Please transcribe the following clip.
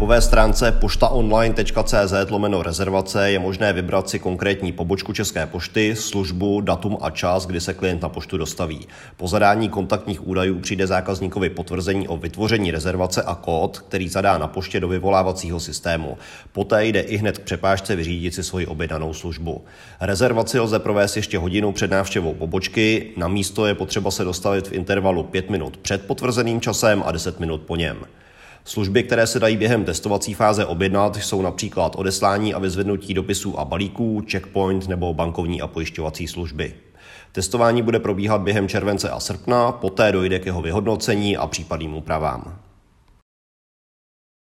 webové stránce poštaonline.cz/rezervace je možné vybrat si konkrétní pobočku České pošty, službu, datum a čas, kdy se klient na poštu dostaví. Po zadání kontaktních údajů přijde zákazníkovi potvrzení o vytvoření rezervace a kód, který zadá na poště do vyvolávacího systému. Poté jde ihned k přepážce vyřídit si svoji objednanou službu. Rezervaci lze provést ještě hodinu před návštěvou pobočky. Na místo je potřeba se dostavit v intervalu 5 minut před potvrzeným časem a 10 minut po něm. Služby, které se dají během testovací fáze objednat, jsou například odeslání a vyzvednutí dopisů a balíků, checkpoint nebo bankovní a pojišťovací služby. Testování bude probíhat během července a srpna, poté dojde k jeho vyhodnocení a případným úpravám.